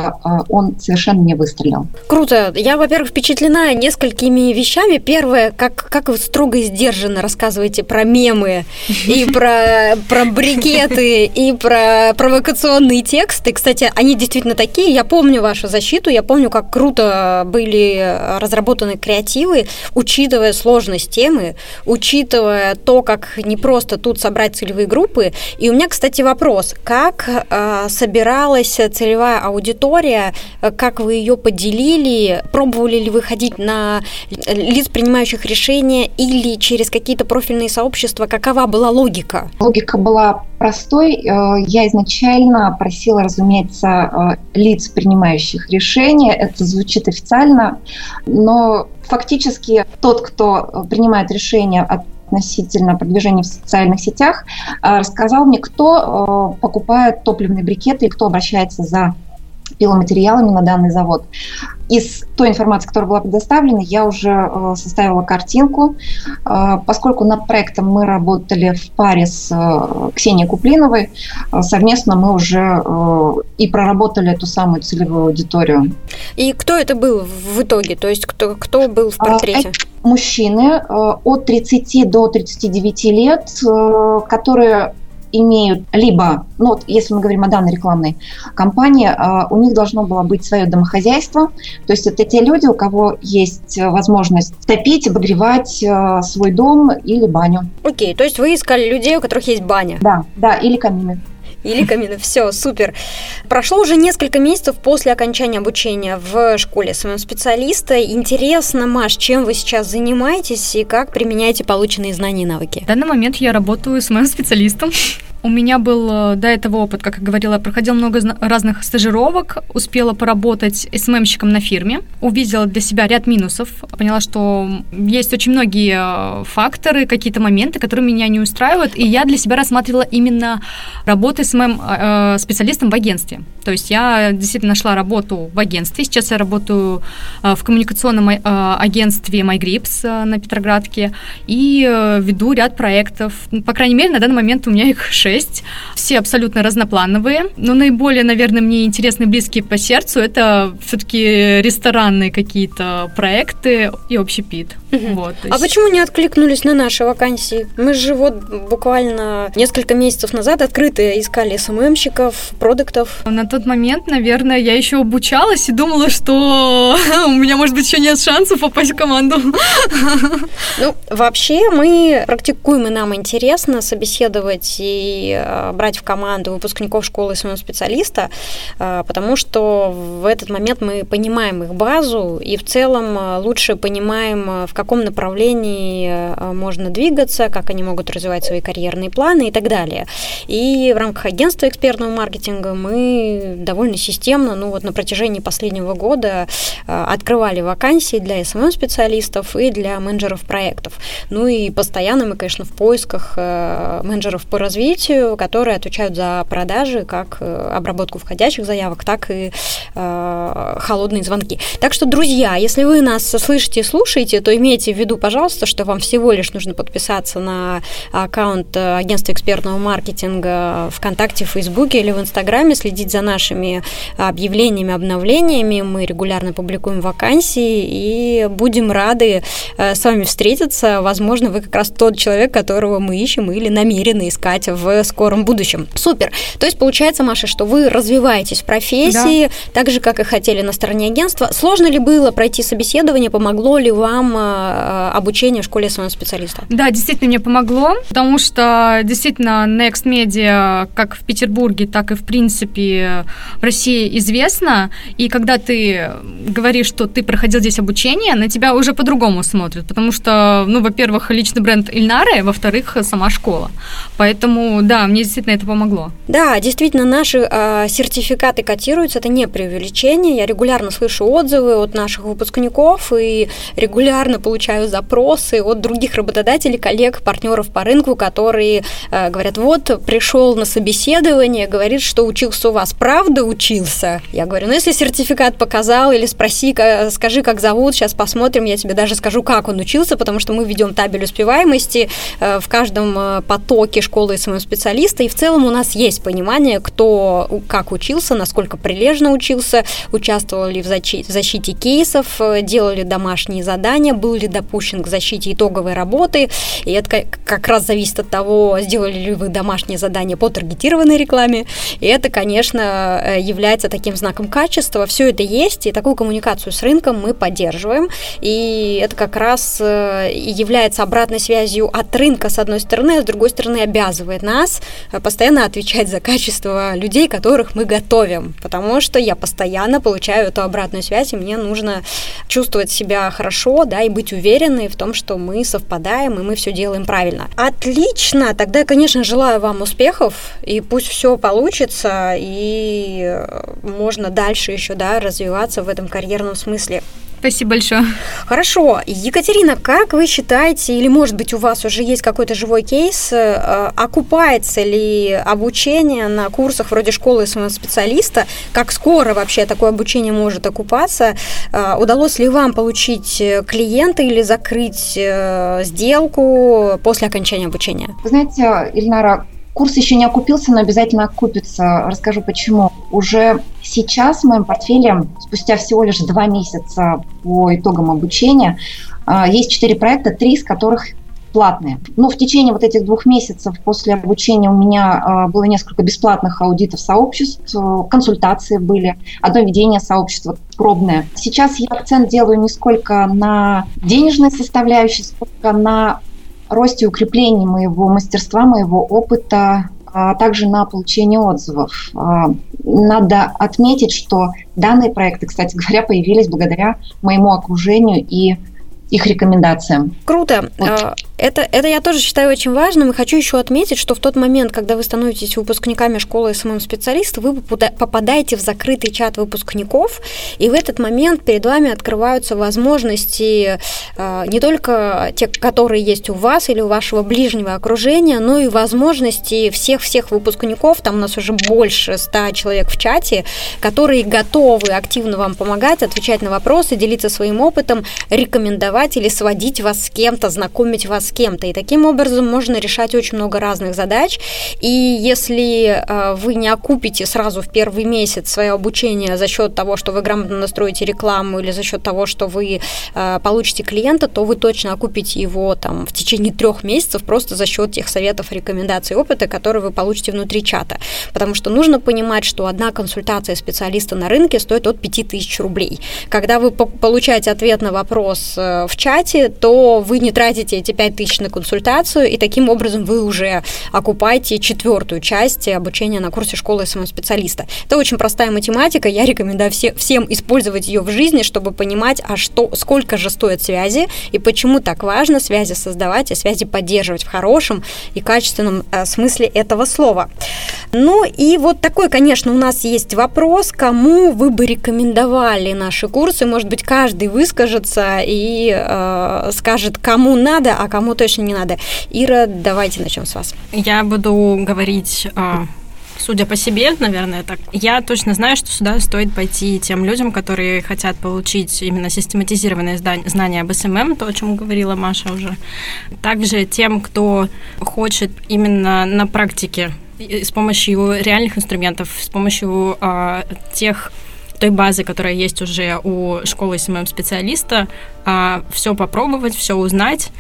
он совершенно не выстрелил. Круто. Я, во-первых, впечатлена несколькими вещами. Первое, как, как вы строго и сдержанно рассказываете про мемы и про, про брикеты, и про провокационные тексты. Кстати, они действительно такие. Я помню вашу защиту, я помню, как круто были разработаны креативы, учитывая сложность темы, учитывая то, как непросто тут собрать целевые группы. И у меня, кстати, вопрос. Как э, собиралась целевая аудитория? Как вы ее поделили? Пробовали ли вы ходить на лиц, принимающих решения, или через какие-то профильные сообщества? Какова была логика? Логика была простой. Я изначально просила, разумеется, лиц, принимающих решения. Это звучит официально, но фактически тот, кто принимает решения от относительно продвижения в социальных сетях, рассказал мне, кто покупает топливные брикеты и кто обращается за пиломатериалами на данный завод. Из той информации, которая была предоставлена, я уже э, составила картинку. Э, поскольку над проектом мы работали в паре с э, Ксенией Куплиновой, э, совместно мы уже э, и проработали эту самую целевую аудиторию. И кто это был в итоге? То есть кто, кто был в портрете? Э, мужчины э, от тридцати до тридцати девяти лет, э, которые имеют либо, ну вот если мы говорим о данной рекламной кампании, у них должно было быть свое домохозяйство, то есть это те люди, у кого есть возможность топить, обогревать свой дом или баню. Окей, то есть вы искали людей, у которых есть баня? Да, да, или камины. Или камины. Все, супер. Прошло уже несколько месяцев после окончания обучения в школе эс эм эм-специалиста. Интересно, Маш, чем вы сейчас занимаетесь и как применяете полученные знания и навыки? В данный момент я работаю эс эм эм-специалистом. У меня был до этого опыт, как я говорила, я проходила много разных стажировок, успела поработать эс эм эм-щиком на фирме, увидела для себя ряд минусов, поняла, что есть очень многие факторы, какие-то моменты, которые меня не устраивают, и я для себя рассматривала именно работу эс эм эм-специалистом в агентстве. То есть я действительно нашла работу в агентстве, сейчас я работаю в коммуникационном агентстве MyGrips на Петроградке и веду ряд проектов. По крайней мере, на данный момент у меня их шесть. Все абсолютно разноплановые. Но наиболее, наверное, мне интересны, близкие по сердцу, это все-таки ресторанные какие-то проекты и общепит. Угу. Вот, есть... А почему не откликнулись на наши вакансии? Мы же вот буквально несколько месяцев назад открыто искали эс эм эм-щиков, продуктов. На тот момент, наверное, я еще обучалась и думала, что у меня, может быть, еще нет шансов попасть в команду. Ну, вообще, мы практикуем, и нам интересно собеседовать и брать в команду выпускников школы эс эм эм-специалиста, потому что в этот момент мы понимаем их базу и в целом лучше понимаем, в каком направлении можно двигаться, как они могут развивать свои карьерные планы и так далее. И в рамках агентства экспертного маркетинга мы довольно системно, ну вот на протяжении последнего года открывали вакансии для эс эм эм-специалистов и для менеджеров проектов. Ну и постоянно мы, конечно, в поисках менеджеров по развитию, которые отвечают за продажи, как обработку входящих заявок, так и э, холодные звонки. Так что, друзья, если вы нас слышите и слушаете, то имейте в виду, пожалуйста, что вам всего лишь нужно подписаться на аккаунт агентства экспертного маркетинга ВКонтакте, в Фейсбуке или в Инстаграме, следить за нашими объявлениями, обновлениями. Мы регулярно публикуем вакансии и будем рады э, с вами встретиться. Возможно, вы как раз тот человек, которого мы ищем или намерены искать в скором будущем. Супер! То есть получается, Маша, что вы развиваетесь в профессии, да, так же, как и хотели на стороне агентства. Сложно ли было пройти собеседование? Помогло ли вам обучение в школе эс эм эм-специалиста? Да, действительно мне помогло, потому что действительно Next Media как в Петербурге, так и в принципе в России известна, и когда ты говоришь, что ты проходил здесь обучение, на тебя уже по-другому смотрят, потому что, ну, во-первых, личный бренд Ильнары, во-вторых, сама школа. Поэтому, да, мне действительно это помогло. Да, действительно, наши э, сертификаты котируются, это не преувеличение. Я регулярно слышу отзывы от наших выпускников и регулярно получаю запросы от других работодателей, коллег, партнеров по рынку, которые э, говорят, вот, пришел на собеседование, говорит, что учился у вас. Правда учился? Я говорю, ну, если сертификат показал, или спроси, скажи, как зовут, сейчас посмотрим, я тебе даже скажу, как он учился, потому что мы ведем табель успеваемости э, в каждом потоке школы эс эм эм-специалиста, и в целом у нас есть понимание, кто как учился, насколько прилежно учился, участвовал ли в защите, в защите кейсов, делал ли домашние задания, был ли допущен к защите итоговой работы, и это как раз зависит от того, сделали ли вы домашние задания по таргетированной рекламе, и это, конечно, является таким знаком качества, все это есть, и такую коммуникацию с рынком мы поддерживаем, и это как раз является обратной связью от рынка, с одной стороны, а с другой стороны, обязывает нас постоянно отвечать за качество людей, которых мы готовим, потому что я постоянно получаю эту обратную связь, и мне нужно чувствовать себя хорошо, да, и быть уверенной в том, что мы совпадаем, и мы все делаем правильно. Отлично! Тогда я, конечно, желаю вам успехов, и пусть все получится, и можно дальше еще, да, развиваться в этом карьерном смысле. Спасибо большое. Хорошо. Екатерина, как вы считаете, или, может быть, у вас уже есть какой-то живой кейс, окупается ли обучение на курсах вроде школы эс эм эм-специалиста? Как скоро вообще такое обучение может окупаться? Удалось ли вам получить клиента или закрыть сделку после окончания обучения? Вы знаете, Ильнара, курс еще не окупился, но обязательно окупится. Расскажу почему. Уже сейчас в моем портфеле, спустя всего лишь два месяца по итогам обучения, есть четыре проекта, три из которых платные. Но в течение вот этих двух месяцев после обучения у меня было несколько бесплатных аудитов сообществ, консультации были, одно ведение сообщества пробное. Сейчас я акцент делаю не сколько на денежной составляющей, сколько на росте и укреплении моего мастерства, моего опыта, а также на получение отзывов. Надо отметить, что данные проекты, кстати говоря, появились благодаря моему окружению и их рекомендациям. Круто. Вот. Это, это я тоже считаю очень важным, и хочу еще отметить, что в тот момент, когда вы становитесь выпускниками школы эс эм эм-специалиста, вы попадаете в закрытый чат выпускников, и в этот момент перед вами открываются возможности э, не только те, которые есть у вас или у вашего ближнего окружения, но и возможности всех-всех выпускников, там у нас уже больше ста человек в чате, которые готовы активно вам помогать, отвечать на вопросы, делиться своим опытом, рекомендовать или сводить вас с кем-то, знакомить вас с кем-то. И таким образом можно решать очень много разных задач. И если э, вы не окупите сразу в первый месяц свое обучение за счет того, что вы грамотно настроите рекламу или за счет того, что вы э, получите клиента, то вы точно окупите его там в течение трех месяцев просто за счет тех советов, рекомендаций, опыта, которые вы получите внутри чата. Потому что нужно понимать, что одна консультация специалиста на рынке стоит от пяти тысяч рублей. Когда вы по- получаете ответ на вопрос э, в чате, то вы не тратите эти пять тысяч на консультацию, и таким образом вы уже окупаете четвертую часть обучения на курсе школы эс эм эм-специалиста. Это очень простая математика, я рекомендую все, всем использовать ее в жизни, чтобы понимать, а что, сколько же стоят связи, и почему так важно связи создавать и связи поддерживать в хорошем и качественном э, смысле этого слова. Ну и вот такой, конечно, у нас есть вопрос, кому вы бы рекомендовали наши курсы. Может быть, каждый выскажется и э, скажет, кому надо, а кому точно не надо. Ира, давайте начнем с вас. Я буду говорить, судя по себе, наверное, так. Я точно знаю, что сюда стоит пойти тем людям, которые хотят получить именно систематизированные знания об эс эм эм, то, о чем говорила Маша уже. Также тем, кто хочет именно на практике с помощью реальных инструментов, с помощью а, тех той базы, которая есть уже у школы эс эм эм-специалиста, а, все попробовать, все узнать.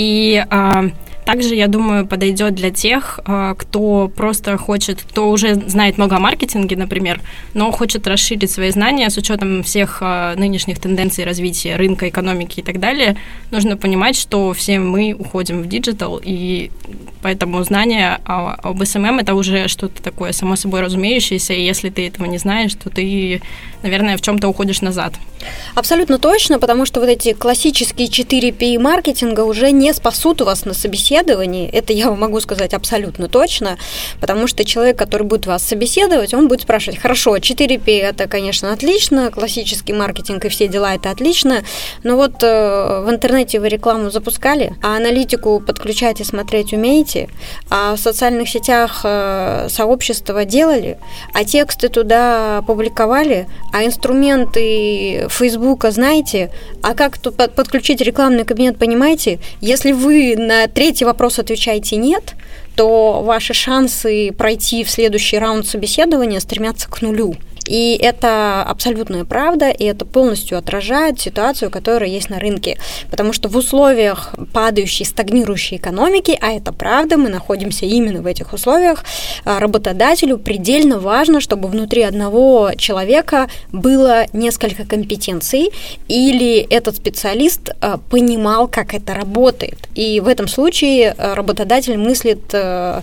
И а, также, я думаю, подойдет для тех, а, кто просто хочет, кто уже знает много о маркетинге, например, но хочет расширить свои знания с учетом всех а, нынешних тенденций развития рынка, экономики и так далее. Нужно понимать, что все мы уходим в диджитал, и поэтому знание об эс эм эм – это уже что-то такое само собой разумеющееся, и если ты этого не знаешь, то ты, наверное, в чем-то уходишь назад. Абсолютно точно, потому что вот эти классические четыре пи маркетинга уже не спасут вас на собеседовании, это я вам могу сказать абсолютно точно, потому что человек, который будет вас собеседовать, он будет спрашивать, хорошо, четыре пи – это, конечно, отлично, классический маркетинг и все дела – это отлично, но вот э, в интернете вы рекламу запускали, а аналитику подключать и смотреть умеете, а в социальных сетях э, сообщества делали, а тексты туда публиковали, а инструменты Фейсбука знаете, а как тут подключить рекламный кабинет, понимаете? Если вы на третий вопрос отвечаете «нет», то ваши шансы пройти в следующий раунд собеседования стремятся к нулю. И это абсолютная правда, и это полностью отражает ситуацию, которая есть на рынке. Потому что в условиях падающей, стагнирующей экономики, а это правда, мы находимся именно в этих условиях, работодателю предельно важно, чтобы внутри одного человека было несколько компетенций, или этот специалист понимал, как это работает. И в этом случае работодатель мыслит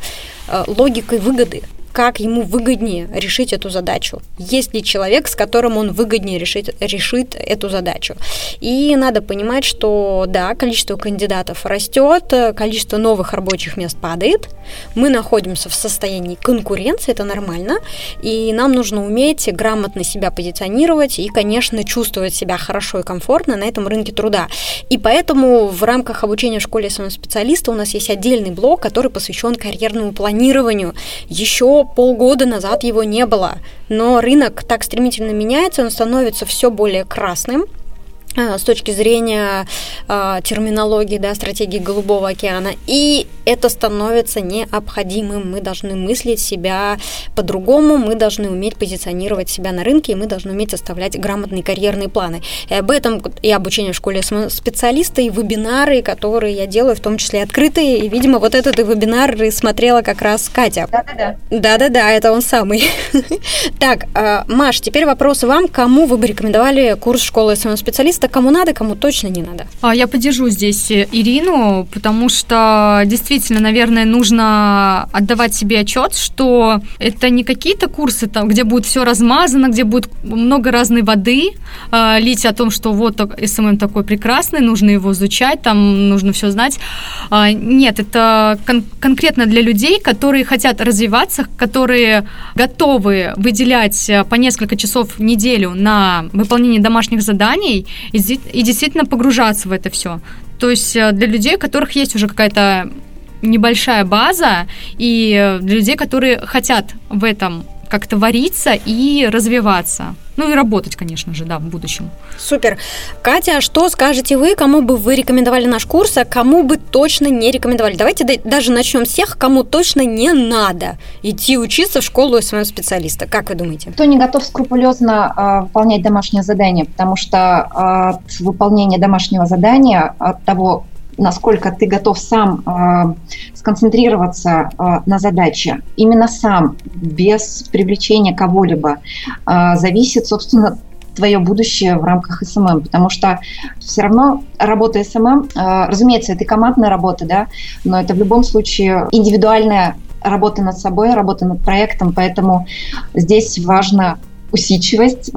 логикой выгоды. Как ему выгоднее решить эту задачу. Есть ли человек, с которым он выгоднее решит, решит эту задачу. И надо понимать, что да, количество кандидатов растет, количество новых рабочих мест падает, мы находимся в состоянии конкуренции, это нормально, и нам нужно уметь грамотно себя позиционировать и, конечно, чувствовать себя хорошо и комфортно на этом рынке труда. И поэтому в рамках обучения в школе эс эм эм-специалиста у нас есть отдельный блок, который посвящен карьерному планированию. Еще полгода назад его не было, но рынок так стремительно меняется, он становится все более красным с точки зрения э, терминологии, да, стратегии Голубого океана, и это становится необходимым. Мы должны мыслить себя по-другому, мы должны уметь позиционировать себя на рынке, и мы должны уметь составлять грамотные карьерные планы. И об этом и обучение в школе специалиста, и вебинары, которые я делаю, в том числе открытые, и, видимо, вот этот вебинар смотрела как раз Катя. Да-да-да. Да-да-да, это он самый. Так, Маш, теперь вопрос вам. Кому вы бы рекомендовали курс школы эс эм эм-специалиста? специалиста, кому надо, кому точно не надо. Я поддержу здесь Ирину, потому что действительно, наверное, нужно отдавать себе отчет, что это не какие-то курсы, там, где будет все размазано, где будет много разной воды, э, лить о том, что вот эс эм эм такой прекрасный, нужно его изучать, там нужно все знать. Э, нет, это кон- конкретно для людей, которые хотят развиваться, которые готовы выделять по несколько часов в неделю на выполнение домашних заданий и, и действительно погружаться в это все. То есть для людей, у которых есть уже какая-то небольшая база, и для людей, которые хотят в этом как-то вариться и развиваться. Ну и работать, конечно же, да, в будущем. Супер. Катя, что скажете вы, кому бы вы рекомендовали наш курс, а кому бы точно не рекомендовали? Давайте даже начнем с тех, кому точно не надо идти учиться в школу своего специалиста. Как вы думаете? Кто не готов скрупулезно э, выполнять домашнее задание, потому что э, от выполнения домашнего задания, от того, насколько ты готов сам э, сконцентрироваться э, на задаче, именно сам, без привлечения кого-либо, э, зависит, собственно, твое будущее в рамках эс эм эм, потому что все равно работа эс эм эм, э, разумеется, это и командная работа, да, но это в любом случае индивидуальная работа над собой, работа над проектом, поэтому здесь важна усидчивость,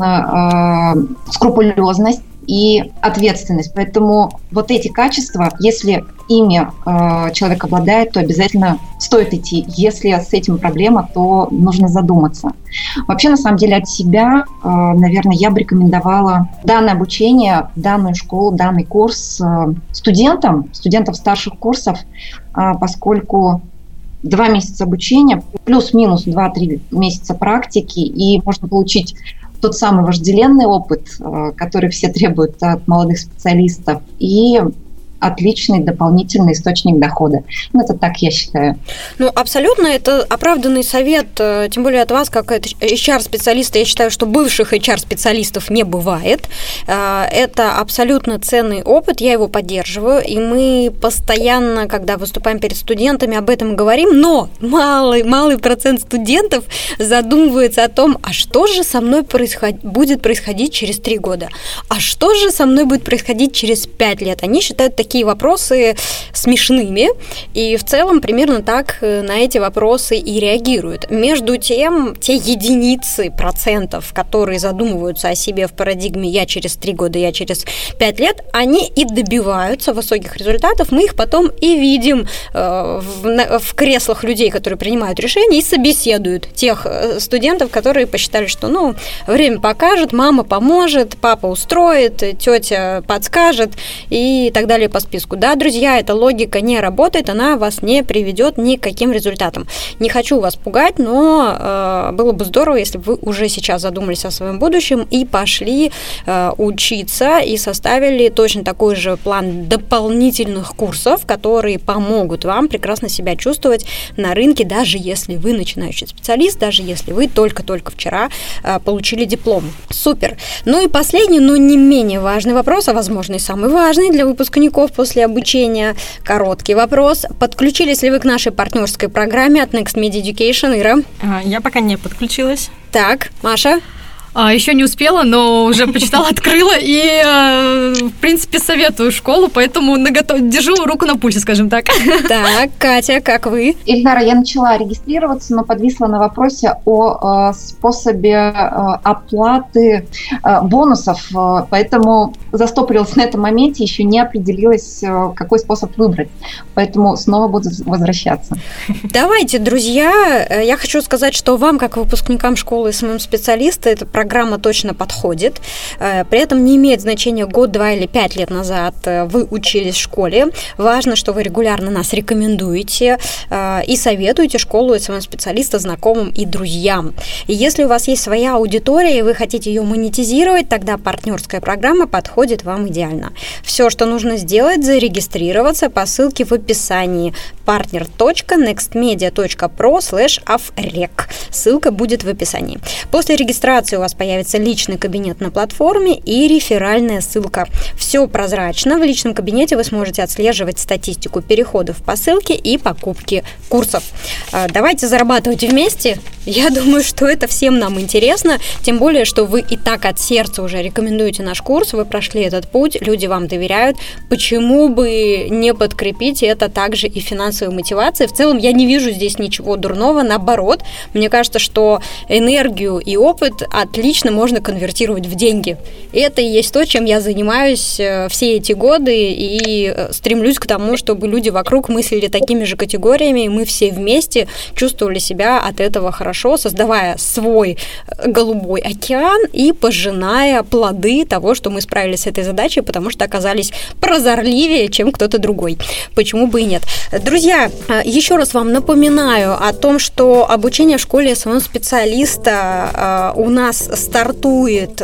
важна э, скрупулезность и ответственность. Поэтому вот эти качества, если ими э, человек обладает, то обязательно стоит идти. Если с этим проблема, то нужно задуматься. Вообще, на самом деле, от себя, э, наверное, я бы рекомендовала данное обучение, данную школу, данный курс э, студентам, студентам старших курсов, э, поскольку два месяца обучения, плюс-минус два-три месяца практики, и можно получить тот самый вожделенный опыт, который все требуют от молодых специалистов, и отличный дополнительный источник дохода. Ну, это так я считаю. Ну, абсолютно, это оправданный совет, тем более от вас, как эйч ар-специалиста. Я считаю, что бывших эйч ар-специалистов не бывает. Это абсолютно ценный опыт, я его поддерживаю, и мы постоянно, когда выступаем перед студентами, об этом говорим, но малый, малый процент студентов задумывается о том, а что же со мной происход... будет происходить через три года? А что же со мной будет происходить через пять лет? Они считают такие такие вопросы смешными, и в целом примерно так на эти вопросы и реагируют. Между тем, те единицы процентов, которые задумываются о себе в парадигме «я через три года, я через пять лет», они и добиваются высоких результатов. Мы их потом и видим э, в, в креслах людей, которые принимают решения, и собеседуют тех студентов, которые посчитали, что ну, время покажет, мама поможет, папа устроит, тетя подскажет и так далее по списку. Да, друзья, эта логика не работает, она вас не приведет ни к каким результатам. Не хочу вас пугать, но э, было бы здорово, если бы вы уже сейчас задумались о своем будущем и пошли э, учиться и составили точно такой же план дополнительных курсов, которые помогут вам прекрасно себя чувствовать на рынке, даже если вы начинающий специалист, даже если вы только-только вчера э, получили диплом. Супер. Ну и последний, но не менее важный вопрос, а возможно и самый важный для выпускников после обучения. Короткий вопрос. Подключились ли вы к нашей партнерской программе от Next Media Education, Ира? Я пока не подключилась. Так, Маша? А, еще не успела, но уже почитала, открыла и, э, в принципе, советую школу, поэтому наготов... держу руку на пульсе, скажем так. Так, Катя, как вы? Ильнара, я начала регистрироваться, но подвисла на вопросе о э, способе э, оплаты э, бонусов, э, поэтому застопорилась на этом моменте, еще не определилась, э, какой способ выбрать, поэтому снова буду возвращаться. Давайте, друзья, я хочу сказать, что вам, как выпускникам школы эс эм эм-специалиста, эта программа точно подходит. При этом не имеет значения год, два или пять лет назад вы учились в школе. Важно, что вы регулярно нас рекомендуете и советуете школу эс эм эм-специалиста знакомым и друзьям. И если у вас есть своя аудитория, и вы хотите ее монетизировать, тогда партнерская программа подходит вам идеально. Все, что нужно сделать, зарегистрироваться по ссылке в описании партнер точка некстмедиа точка про слэш афрек. Ссылка будет в описании. После регистрации у вас появится личный кабинет на платформе и реферальная ссылка. Все прозрачно. В личном кабинете вы сможете отслеживать статистику переходов по ссылке и покупки курсов. Давайте зарабатывать вместе. Я думаю, что это всем нам интересно. Тем более, что вы и так от сердца уже рекомендуете наш курс. Вы прошли этот путь, люди вам доверяют. Почему бы не подкрепить это также и финансовой мотивацией? В целом, я не вижу здесь ничего дурного. Наоборот, мне кажется, что энергию и опыт отлично можно конвертировать в деньги. И это и есть то, чем я занимаюсь все эти годы и стремлюсь к тому, чтобы люди вокруг мыслили такими же категориями, и мы все вместе чувствовали себя от этого хорошо, создавая свой голубой океан и пожиная плоды того, что мы справились с этой задачей, потому что оказались прозорливее, чем кто-то другой. Почему бы и нет? Друзья, еще раз вам напоминаю о том, что обучение в школе эс эм эм-специалиста у нас стартует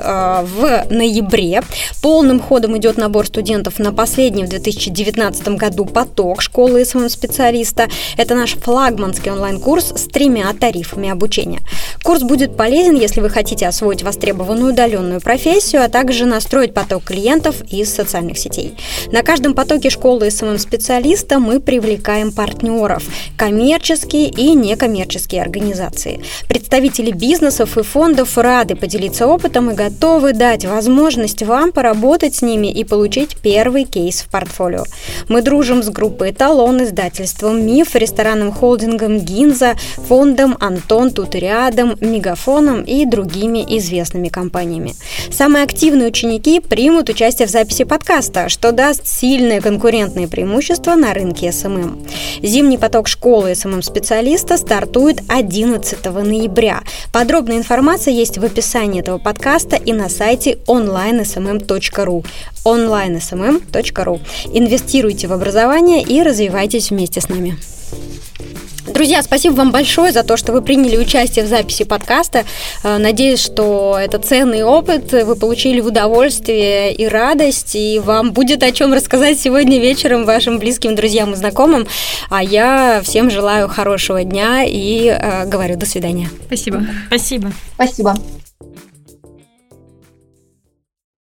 в ноябре. Полным ходом идет набор студентов на последний в две тысячи девятнадцатом году поток школы эс эм эм-специалиста. Это наш флагманский онлайн-курс с тремя тарифами обучения. Курс будет полезен, если вы хотите освоить востребованную удаленную профессию, а также настроить поток клиентов из социальных сетей. На каждом потоке школы эс эм эм-специалиста мы привлекаем партнеров, коммерческие и некоммерческие организации. Представители бизнесов и фондов рады поделиться опытом и готовы дать возможность вам поработать с ними и получить первый кейс в портфолио. Мы дружим с группой «Эталон», издательством «Миф», ресторанным холдингом «Гинза», фондом «Антон», «Тут и рядом», «Мегафоном» и другими известными компаниями. Самые активные ученики примут участие в записи подкаста, что даст сильное конкурентное преимущество на рынке эс эм эм. Зимний поток школы эс эм эм-специалиста стартует одиннадцатого ноября. Подробная информация есть в описании этого подкаста и на сайте онлайн эс эм эм точка ру. онлайн эс эм эм точка ру. Инвестируйте в образование и развивайтесь вместе с нами. Друзья, спасибо вам большое за то, что вы приняли участие в записи подкаста. Надеюсь, что это ценный опыт, вы получили удовольствие и радость, и вам будет о чем рассказать сегодня вечером вашим близким, друзьям и знакомым. А я всем желаю хорошего дня и э, говорю до свидания. Спасибо. Спасибо. Спасибо.